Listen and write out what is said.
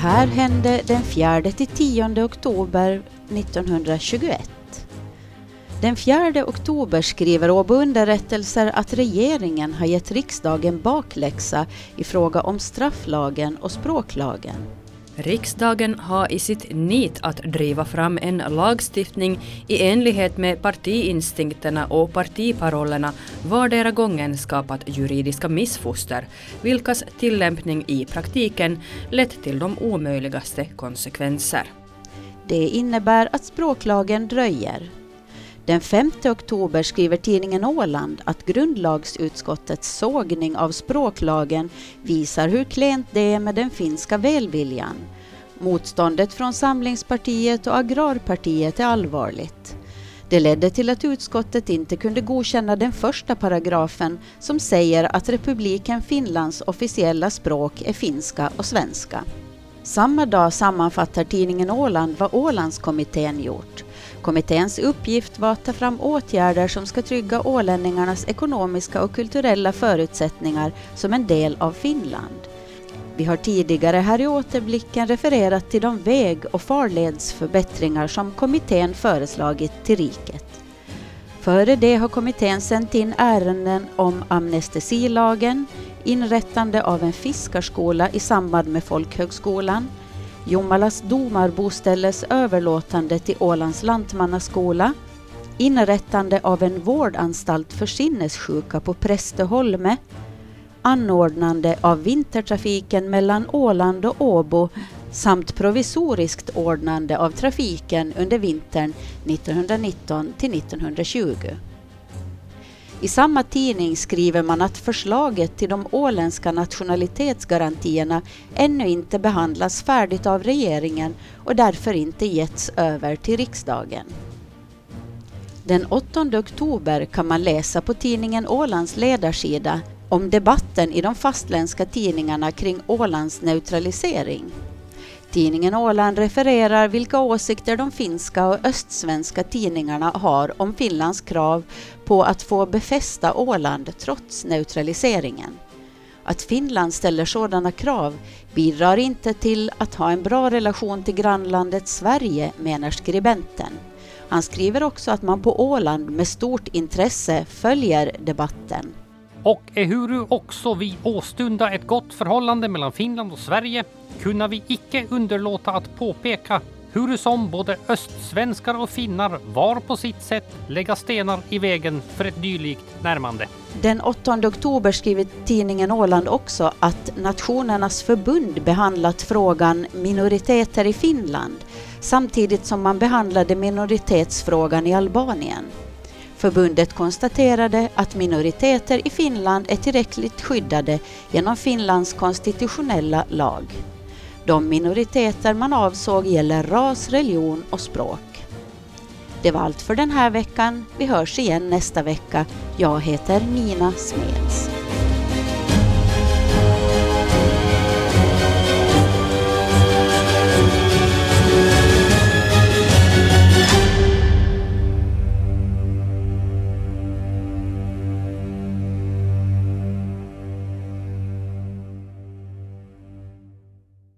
här hände den 4-10 oktober 1921. Den 4 oktober skriver Åbo underrättelser att regeringen har gett riksdagen bakläxa i fråga om strafflagen och språklagen. Riksdagen har i sitt nit att driva fram en lagstiftning i enlighet med partiinstinkterna och partiparollerna vardera gången skapat juridiska missfoster, vilkas tillämpning i praktiken lett till de omöjligaste konsekvenser. Det innebär att språklagen dröjer. Den 5 oktober skriver tidningen Åland att grundlagsutskottets sågning av språklagen visar hur klent det är med den finska välviljan. Motståndet från Samlingspartiet och Agrarpartiet är allvarligt. Det ledde till att utskottet inte kunde godkänna den första paragrafen som säger att republiken Finlands officiella språk är finska och svenska. Samma dag sammanfattar tidningen Åland vad Ålandskommittén gjort. Kommitténs uppgift var att ta fram åtgärder som ska trygga ålänningarnas ekonomiska och kulturella förutsättningar som en del av Finland. Vi har tidigare här i återblicken refererat till de väg- och farledsförbättringar som kommittén föreslagit till riket. Före det har kommittén sänt in ärenden om amnestesilagen, inrättande av en fiskarskola i samband med Folkhögskolan, Jommalas domarboställes överlåtande till Ålands lantmannaskola, inrättande av en vårdanstalt för sinnessjuka på Prästeholme, anordnande av vintertrafiken mellan Åland och Åbo samt provisoriskt ordnande av trafiken under vintern 1919 till 1920. I samma tidning skriver man att förslaget till de åländska nationalitetsgarantierna ännu inte behandlas färdigt av regeringen och därför inte getts över till riksdagen. Den 8 oktober kan man läsa på tidningen Ålands ledarsida om debatten i de fastländska tidningarna kring Ålands neutralisering. Tidningen Åland refererar vilka åsikter de finska och östsvenska tidningarna har om Finlands krav på att få befästa Åland trots neutraliseringen. Att Finland ställer sådana krav bidrar inte till att ha en bra relation till grannlandet Sverige, menar skribenten. Han skriver också att man på Åland med stort intresse följer debatten. Och ehuru också vi åstunda ett gott förhållande mellan Finland och Sverige kunna vi icke underlåta att påpeka hur som både östsvenskar och finnar var på sitt sätt lägga stenar i vägen för ett dylikt närmande. Den 8 oktober skriver tidningen Åland också att Nationernas förbund behandlat frågan minoriteter i Finland samtidigt som man behandlade minoritetsfrågan i Albanien. Förbundet konstaterade att minoriteter i Finland är tillräckligt skyddade genom Finlands konstitutionella lag. De minoriteter man avsåg gäller ras, religion och språk. Det var allt för den här veckan. Vi hörs igen nästa vecka. Jag heter Nina Smeds.